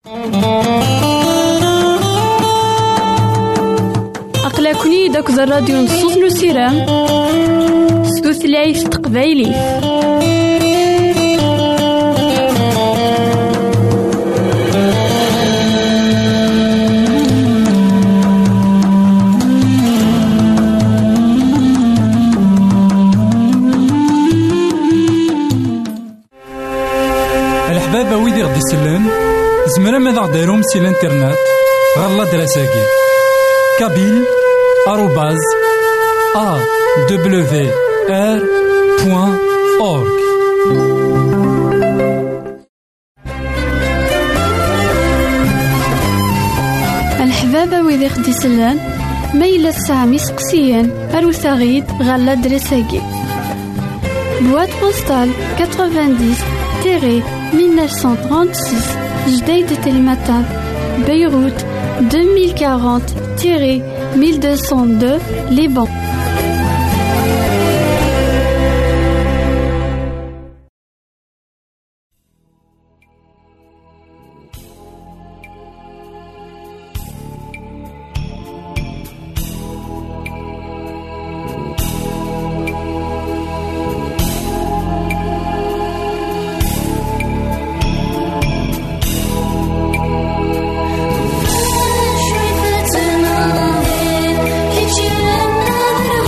أقلكني داك الراديو نصوص نسيران ستوثلايف تقبايلي. الحبابة ويدي غدي يسلن زمرا ماذا غديرهم سي الانترنت غالا دراساكي kabyle@awr.org. الحبابة ويدي غدي يسلن ميلا سامي سقسيان أروساغيد غالا دراساكي boîte postale 90-1936 Jdeï de Télématin Beyrouth 2040-1202 Liban. شوي فتنا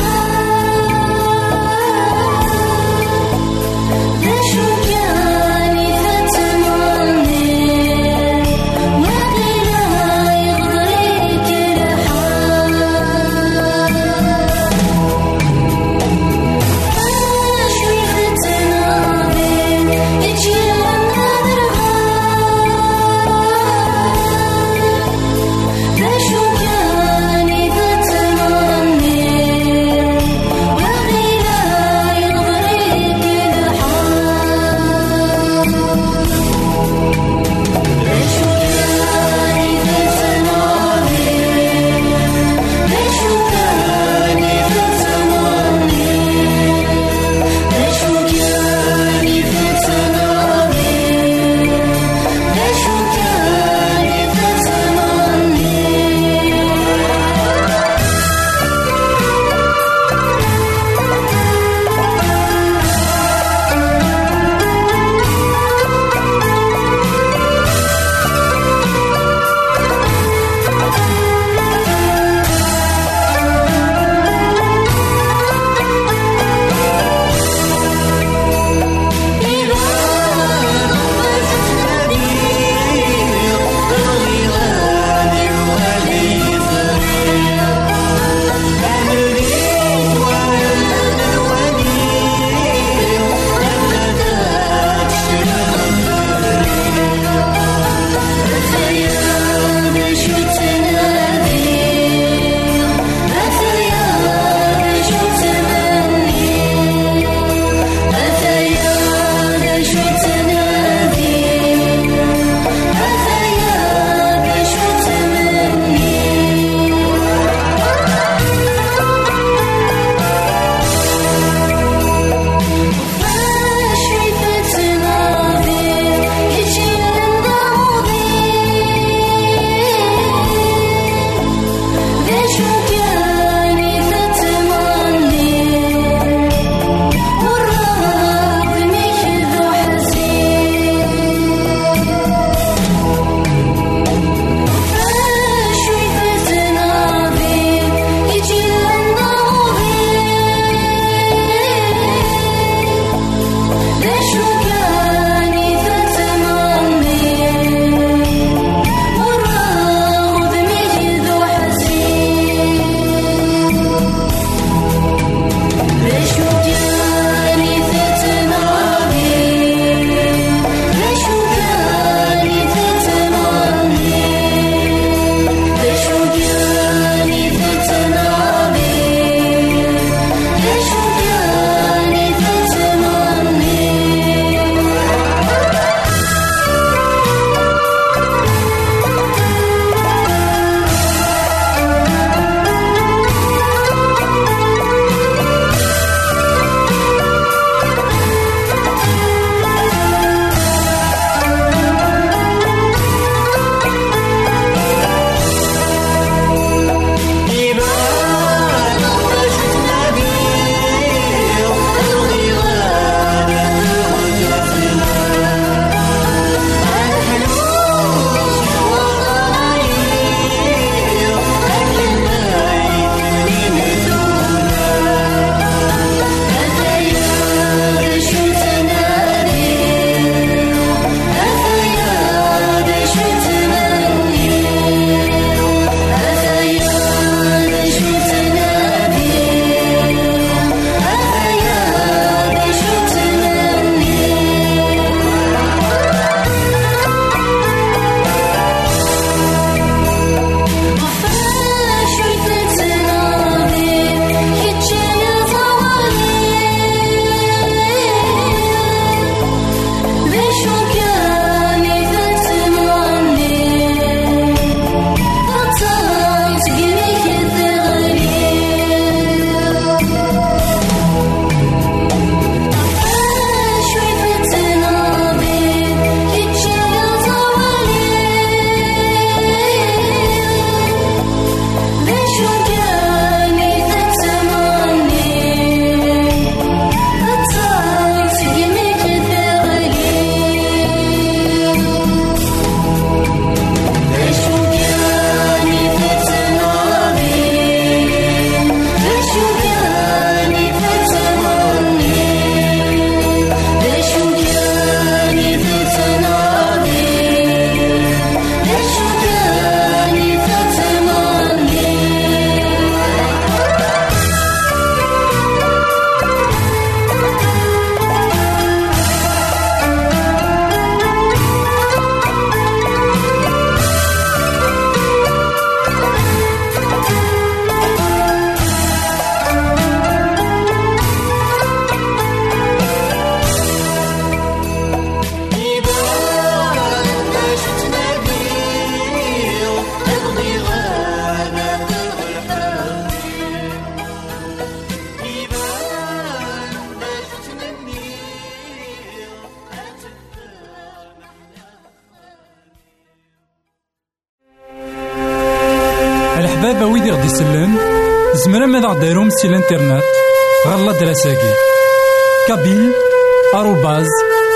الحبابة ويدي غدي يسلم زمرا ماذا غديرهم سي الانترنت غالا دراساكي كابيل @awr.org.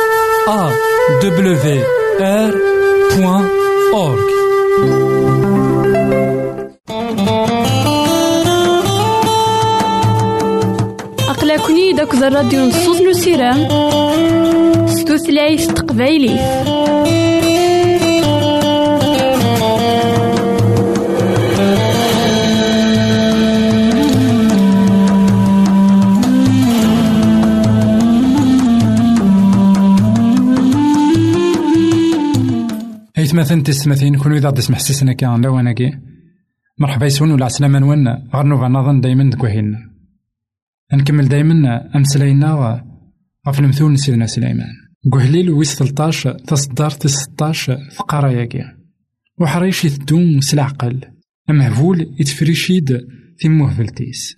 أقلكني داك الراديو نصوص نسيرام ستوثلايف تقبايلي. مثلا تسمثين كونوا إذا تسمح سيسنا كان لو أنا كي مرحبا يسون ولا عسلامة نوانا غير نوفا نظن دايما دكوهينا نكمل دايما أمسلينا غف المثول سيدنا سليمان قهليل ويس 13 تصدر 16 فقرة ياكي وحريش يثدون سلعقل أمهفول يتفريشيد في مهفلتيس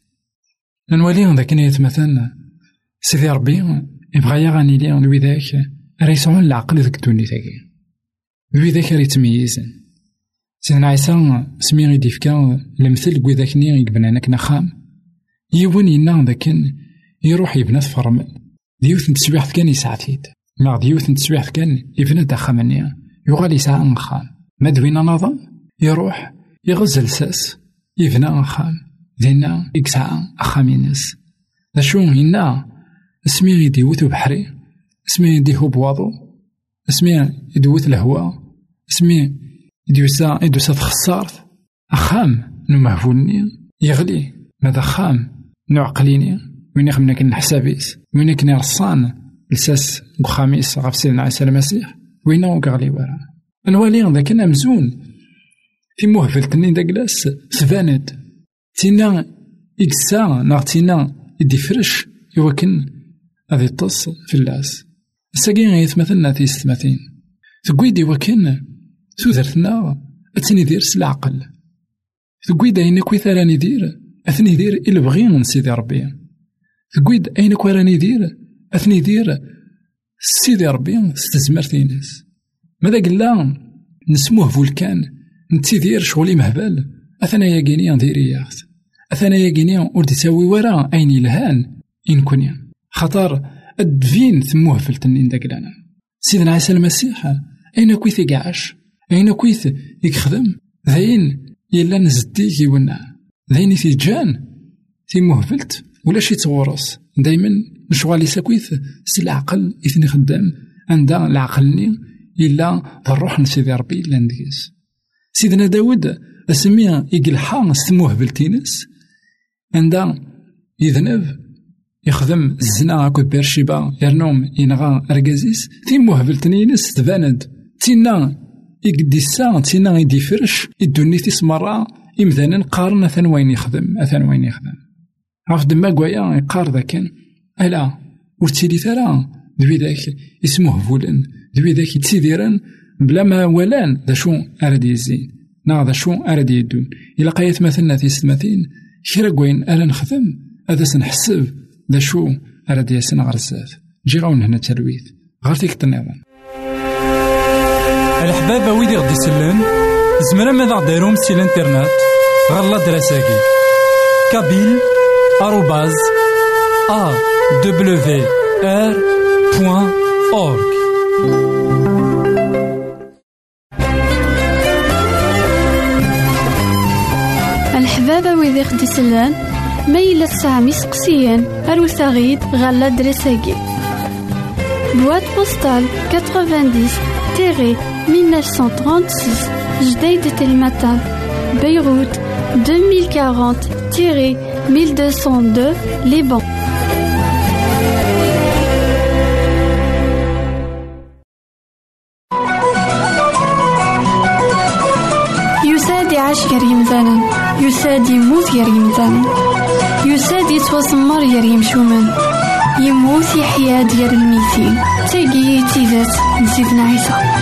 نولي ذاك نيت مثلا سيدي ربي يبغى يغني لي لوي ذاك ريسون العقل ذاك الدنيا تاكي لوي ذاك راه يتميزن سيدنا عيسى سمي غيدي فكا المثل كوي ذاك ني يقبنا ناك خام يون ينا ذاك يروح يبنى فرمل ديوث نتسويح كان يسعفيد ما ديوث نتسويح كان يبنى داخمنيا يغال يسعى نخام ما دوينا نظام يروح يغزل ساس يبنى نخام دينا يكسعى أخامينس ذا شو هنا اسمي يديوث بحري اسمي يديه بواضو اسمي يدوث الهواء اسمي يدوسا تخسارت أخام نو مهفولني يغلي ماذا خام نو عقليني وين يخمنا كن حسابيس وين كن رصان لساس بخاميس غف سيدنا عيسى المسيح وين وقغلي ورا نوالي ذاك مزون في مهفلتني داكلاس سفاند تينا إكسا ناغتينا يدي فرش يوكن هذي تص في اللاس الساقين غيتمثلنا في ستماثين تقويدي وكن سوذرتنا أتني دير سلعقل تقويد أين كويث راني دير أثني دير إلا بغينا سيدي ربي تقويد أين كوي راني دير أثني دير سيدي ربي ستزمرتي ناس ماذا قلنا نسموه فولكان نتي دير شغلي مهبل أثنا يا جينيا ديري ياخت أثنا يا جينيا ورد تساوي ورا أين يلهان إن كونيا خطر الدفين ثموه فلتنين داك لنا سيدنا عيسى المسيح أين كويث يقعش أين كويث يخدم ذاين يلا نزديك يونا ذاين في جان في مهفلت ولا شي تغورس دايما نشغل يساكويث سي العقل يثني خدام عندها العقلني إلا الروح نسيدي ربي إلا نديس سيدنا داود أسميها يقلحا ستموهبلتينس عندها يذنب يخدم الزنا هاكو بيرشيبا يرنوم ينغا أرقازيس تي موهبلتنينس تباند تينا يقديسا تينا يدي فرش يدوني تيس مرة إمذانا قارن أثان وين يخدم عرف دما قويا يقار ذاكن ألا ورتيلي ثرا دوي ذاك اسمه فولن دوي ذاك يتسيديرن بلا ما ولان ذا شو أراد يزين ذا شو أراد يدون إلا قايت مثلنا تيستماثين كرا قوين ألا نخدم هذا سنحسب ذا شو أراد ياسين غرزات جي غاون هنا تلويث غير تيك النظام الحبابة ويدي غدي يسلم زمرا ماذا غديرهم سي الانترنت غالا دراساكي كابيل @awr.org. الحبابة ويدي غدي يسلم ميلة سامي سقسيان أروساغيد غالا دراساكي بواد بوستال 90-1936 جديدة تلمتان بيروت 2040-1202 لبنان. يساد يعيش غير يمثالا يساد يموت غير يمثالا يساد يتوسمر غير يمشومان يموت يحيا ديال الميتين تاقي تيزات نسيدنا عيسى.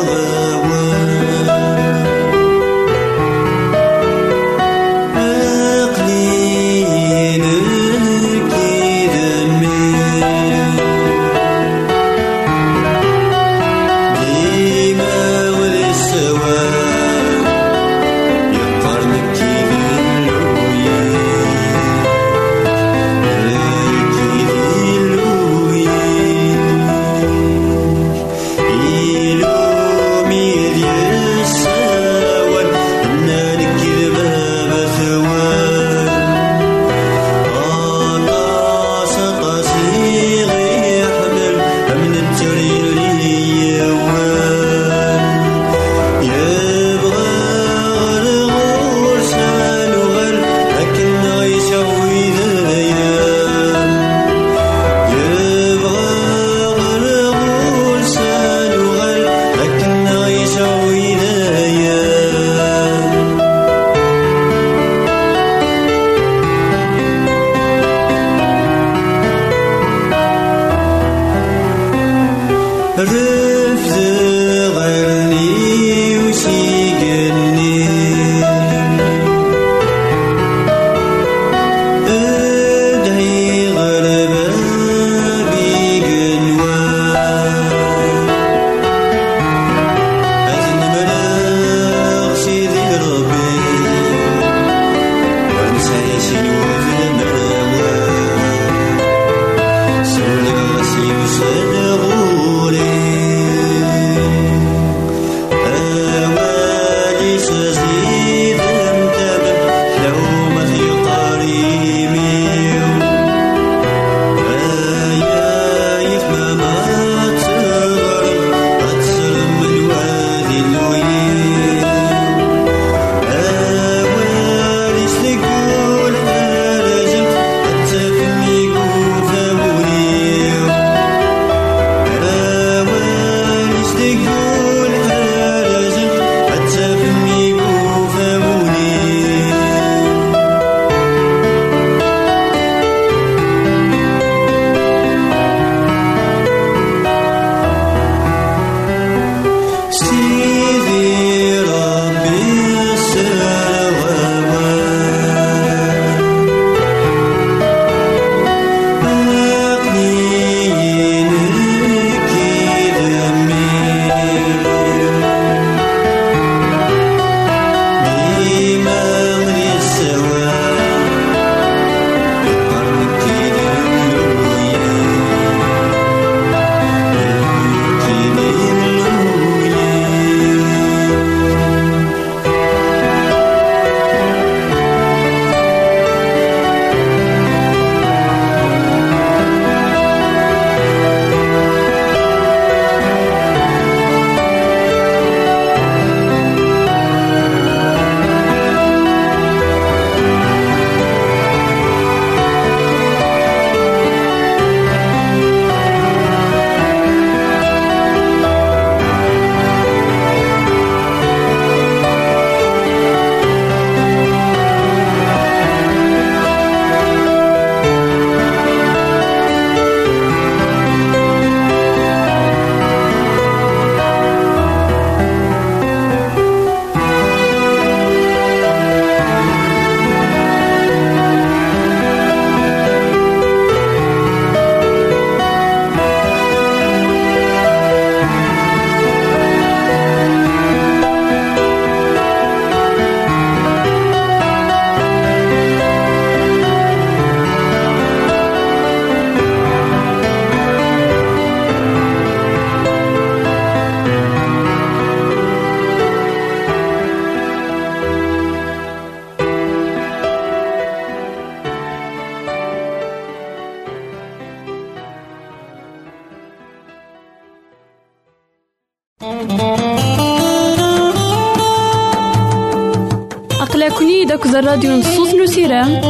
أقلكني داك الراديو نصوص نسيران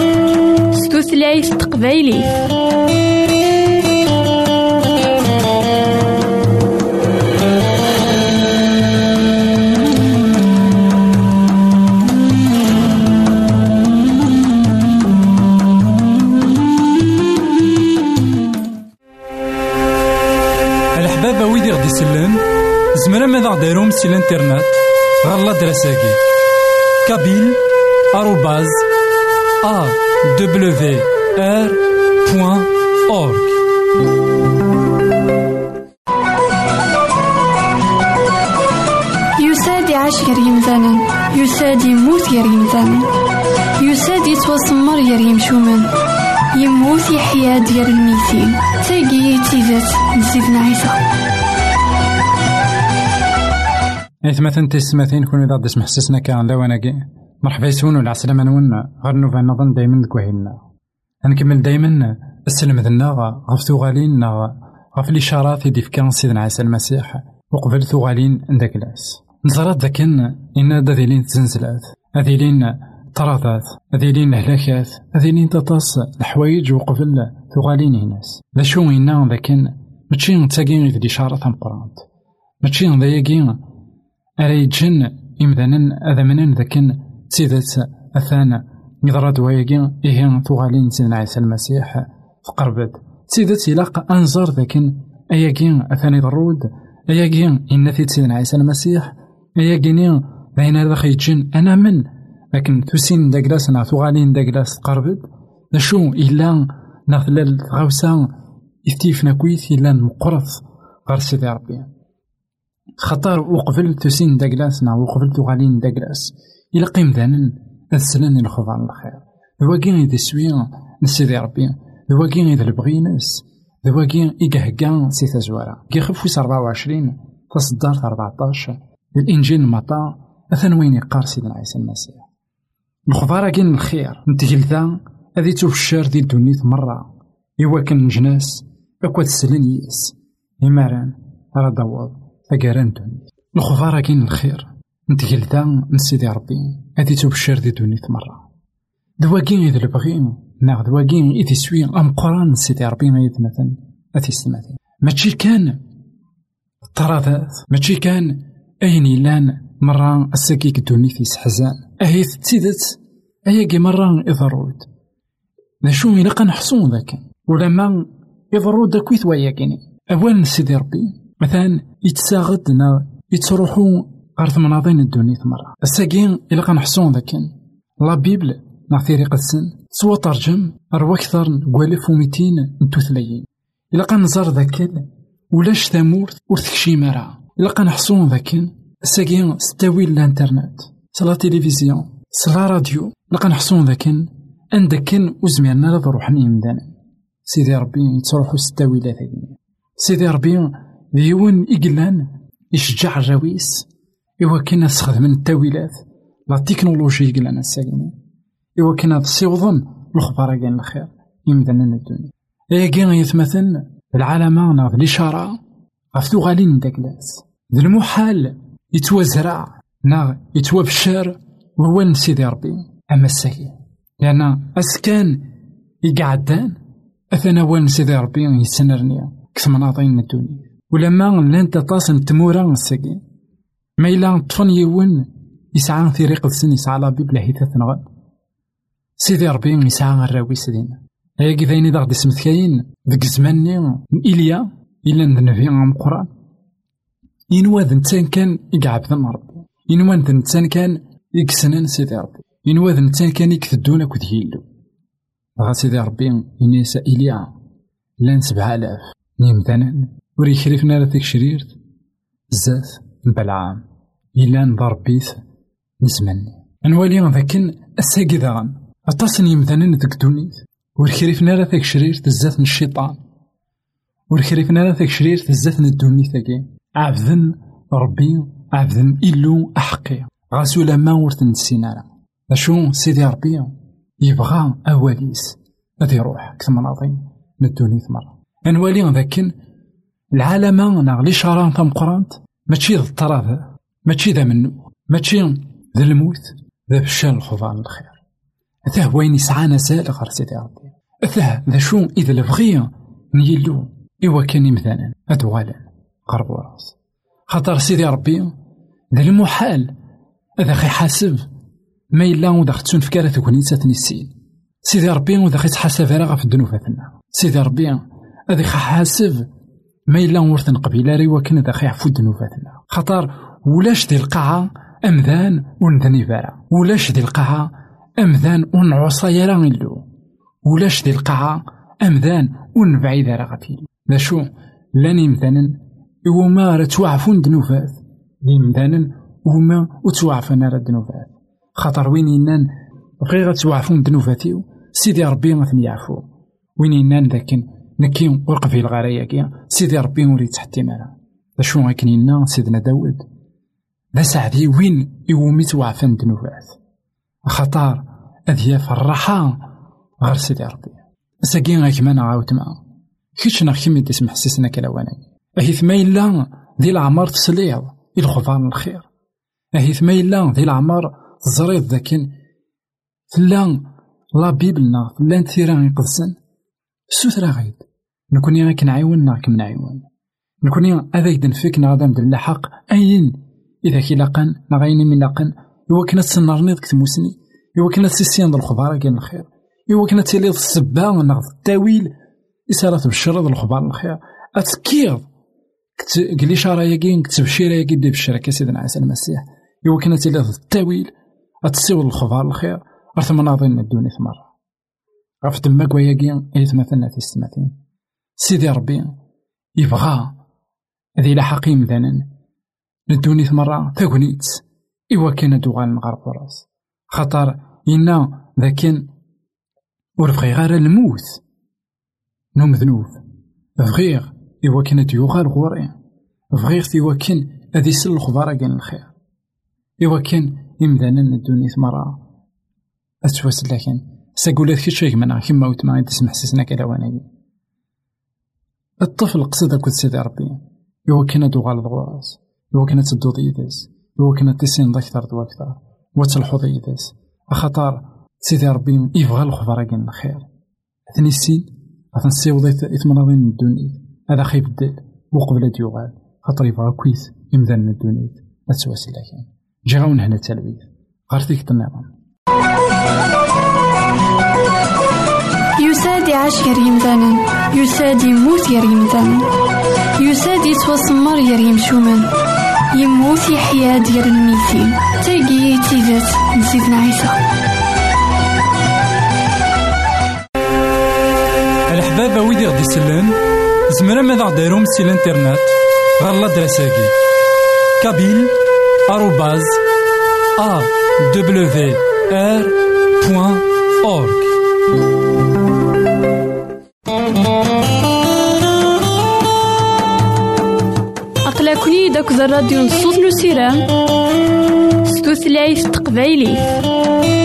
ستوثلايف تقبايلي. الحبابة ويدي غدي سلان زمرا ماذا دايروم سي الانترنت غالا دراساكي kabyle@awr.org. يساد يعيش غير يمثالا، يساد يموت غير يمثالا، يساد يتوسمر غير يمشومان، يموت يحيا ديال الميتين. تاقي تيزات لسيدنا عيسى. مثلا تسمثين كون إذا دس محسسنا كان لواناكي مرحبا يسونو العسلامة نونا غير نوفا نظن دايما دكوهينا نكمل دايما السلم ذنا غف ثغالين غف الإشارات يدي فكان سيدنا عيسى المسيح وقبل ثغالين عندك لاس نزرات ذاكن إن داذيلين تزنزلات هذيلين طرادات هذيلين هلاكات هذيلين تطاس الحوايج وقبل ثغالين هناس لا شو إنا ذاكن ماشي تاقين في الإشارة مقرانت ماشي ذايقين أري جن إمذانا أذمنا ذاكن سيدات أثانا نظرات وياكين إيهان ثغالين سيدنا عيسى المسيح فقربت سيدات إلاق أنظر ذاكن أياكين أثاني ضرود أياكين إن ثيت سيدنا عيسى المسيح أياكين بين هذا خي جن أنا من لكن تسين داكلاس نا ثغالين داكلاس قربت نشو إلا نغلل غوسا إثيفنا كويث إلا مقرث غير سيدي ربي خطر وقبل تسين داكلاس نا وقبل ثغالين داكلاس إلا قيم ذانن السلام الخضع الخير ذواكين إذا سويا نسيدي ربي ذواكين إذا البغينس ذواكين إيقاهقا سيثا زوارا كي خفوس 24 تصدار 14 الإنجيل مطا أثن وين يقار سيدنا عيسى المسيح الخضارة كين الخير نتجلثا هذي تفشر ذي الدنيا مرة إوا كان جناس أكواد السلين ياس إماران على دواب أقاران دنيا الخضارة كين الخير نتجلثا نسيدي ربي هذي تبشر ذي دوني مرة دواكين إذا البغين ناغ دواكين إذا سوي أم قران سيدي ربي ما يتمثل أثي استماثل ماشي كان طرادات ماشي كان أين لان مرة السكيك دوني في سحزان أهي تسيدت أياكي مرة إضرود ذا شو إلا نحصون ذاك ولما إضرود داكويث وياكيني أولا سيدي ربي مثلا يتساغدنا يتروحوا غارث مناضين الدنيا مرة الساقين إلا غنحصون ذاكن لا بيبل نعطي قدسن سوا ترجم أروا أكثر نقوالف و200 نتوثلايين إلا غنزار ذاكن ولاش ثامورث ورثكشي مرة إلا غنحصون ذاكن الساقين ستاوي الانترنت سلا تلفزيون سلا راديو إلا غنحصون ذاكن عندكن وزميرنا لا ضروحني مدانا سيدي ربي يتروحو ستاوي لا ثاقين سيدي ربي ديون إقلان يشجع الراويس إوا كنا نستخدم التاويلات لا تكنولوجي قلنا الساكنين إوا كنا تصيوضن الخبار كان الخير يمدنا الدنيا إيا كان يتمثل العالم ناض الإشارة غفتو غالين داكلاس ذا المحال يتوزرع نا يتوبشر وهو نسيدي ربي أما الساكن لأن أسكان يقعدان أثناء وين سيدي ربي يسنرني كثمناطين الدنيا ولما لن تتصل تمورا الساكن ما إلا طفن يون يسعى ثريق السن يسعى لا بيبلا هيثة نغد سيدي ربي يسعى الراوي سيدنا هيا كذاين إذا غدي سمثكاين ذك زماني إليا إلا نذنبي عن قرآن ينوى ذنتان كان يقعب ذن ربي ينوى ذنتان كان يكسنان سيدي ربي ينوى ذنتان كان يكثدون كذ هيلو غا سيدي ربي ينسى إليا لان 7000 نيمثانا وريخرفنا لذيك شريرت زاث بلعام إلا نضرب بيث نسمني نولي ذاكن الساقي ذاغن أتصني مثلا ذاك دونيث ورخريفنا لا ذاك شرير تزات من الشيطان ورخريفنا لا ذاك شرير تزات من الدونيث ذاكي عبذن ربي عبذن إلو أحقي غاسو لما ورث نسينا أشو سيدي ربي يبغى أوليس هذا يروح كثمناطين من الدونيث مرة نولي ذاكن العالم ناغ الإشارة ثم قرانت ماشي ذا الطراف ماشي ذا منو ماشي ذا الموت ذا بشان الخضان الخير ذا هو وين يسعانا سال غير سيدي ربي ذا شو إذا البغية نيلو إوا كان مثلا أدوالا قرب وراس خاطر سيدي ربي ذا المحال هذا خي حاسب ما إلا وذا ختون فكارة ثكونيسة نسين سيدي ربي وذا خي تحاسب راغا في الدنوفاتنا سيدي ربي هذا خي حاسب ما إلا ورث قبيلة ريوا كان ذا خي يعفو دنوباتنا خطر ولاش دي القاعة أمذان ونذني فارا، ولاش دي القاعة أمذان ونعصى راه إلو، ولاش دي القاعة أمذان ونبعيد راه غفيل. لا شو لاني مثلا وما راه توعفون دنوفات لي مدانا وما وتوعفنا راه دنوفات. خاطر وين ينان بغي توعفون دنوفاتيو سيدي ربي مثني يعفو، وين ينان لكن نكي ورقفي الغرايا كيا سيدي ربي وريد تحتي مالا. شو هاك نينا سيدنا داود لا سعدي وين يومي توعفن دنوفات، خطار أذياف الراحة غير سيدي ربي. ساكين غيك ما نعاود معاه كيتش نخيمي تسمح سيسنا كلاوانا أهيث ما إلا ذي العمر تسليض الخضار الخير، أهيث ما إلا ذي العمر تزريض ذاكن فلان لا بيبلنا فلان ثيران يقدسن سوثرا غيد نكوني غاك نعيون ناك نعيون، نكوني أذاك نفيك نغادم دل الحق أين إذا كي لاقن نغايني من لاقن إوا كنا تسنرني ذك تموسني، إوا كنا تسيسين د الخضار كاين الخير، إوا كنا تيليض السبا ناغ التاويل إسالة بالشر د الخضار الخير أتكيض قلي شرايا كين كتب شرايا كي دي بالشركة سيدنا عيسى المسيح، إوا كنا تيليض التاويل أتسيوض الخضار الخير أرث مناضين الدوني ثمرة غف دماك وياكين أيث مثلنا في السماثين. سيدي ربي يبغى ذي لحقي مذانا ندوني ثمرة ثاقنيت إوا كان دوغال نغرب راس، خطر إنا ذاكن ورفغي غير الموت نوم ذنوب فغيغ إوا كان ديوغال غوري فغيغ إوا كان أذي سل الخضار كان الخير، إوا كان إمذانا ندوني ثمرة أتواس لكن ساقولات كي شيء منها كيما وتما تسمح سيسنا كلاوانا. الطفل قصد كل سيدي ربي إوا كان دوغال غوراس، إوا كانت تدو ضيداس، إوا كانت تسين أكثر دو أكثر وتلحو ضيداس، أخطار سيدي ربي يبغى الخضر كان الخير ثني السين أثنسيوض إثمناضين الدونيت هذا خيب الدل وقبل ديوغال خاطر يبغى كويس يمذن الدونيت أتسواس لكن جاون هنا التلويث غارتيك النظام يساد يعيش غير يمثالا، يساد يموت غير يمثالا، يساد يتوسمر غير يمشومن، يموت يحيا ديال الميتين. تاقي تيجات نسيتنا عيسى. الحبابة ويدي غدي يسلم زمرا ماذا غديرهم سي الانترنت غالا دراساكي كابيل آروباز awr.org. أقلكني داك الراديو نصوص نسيران ستوثلايف تقبايلي.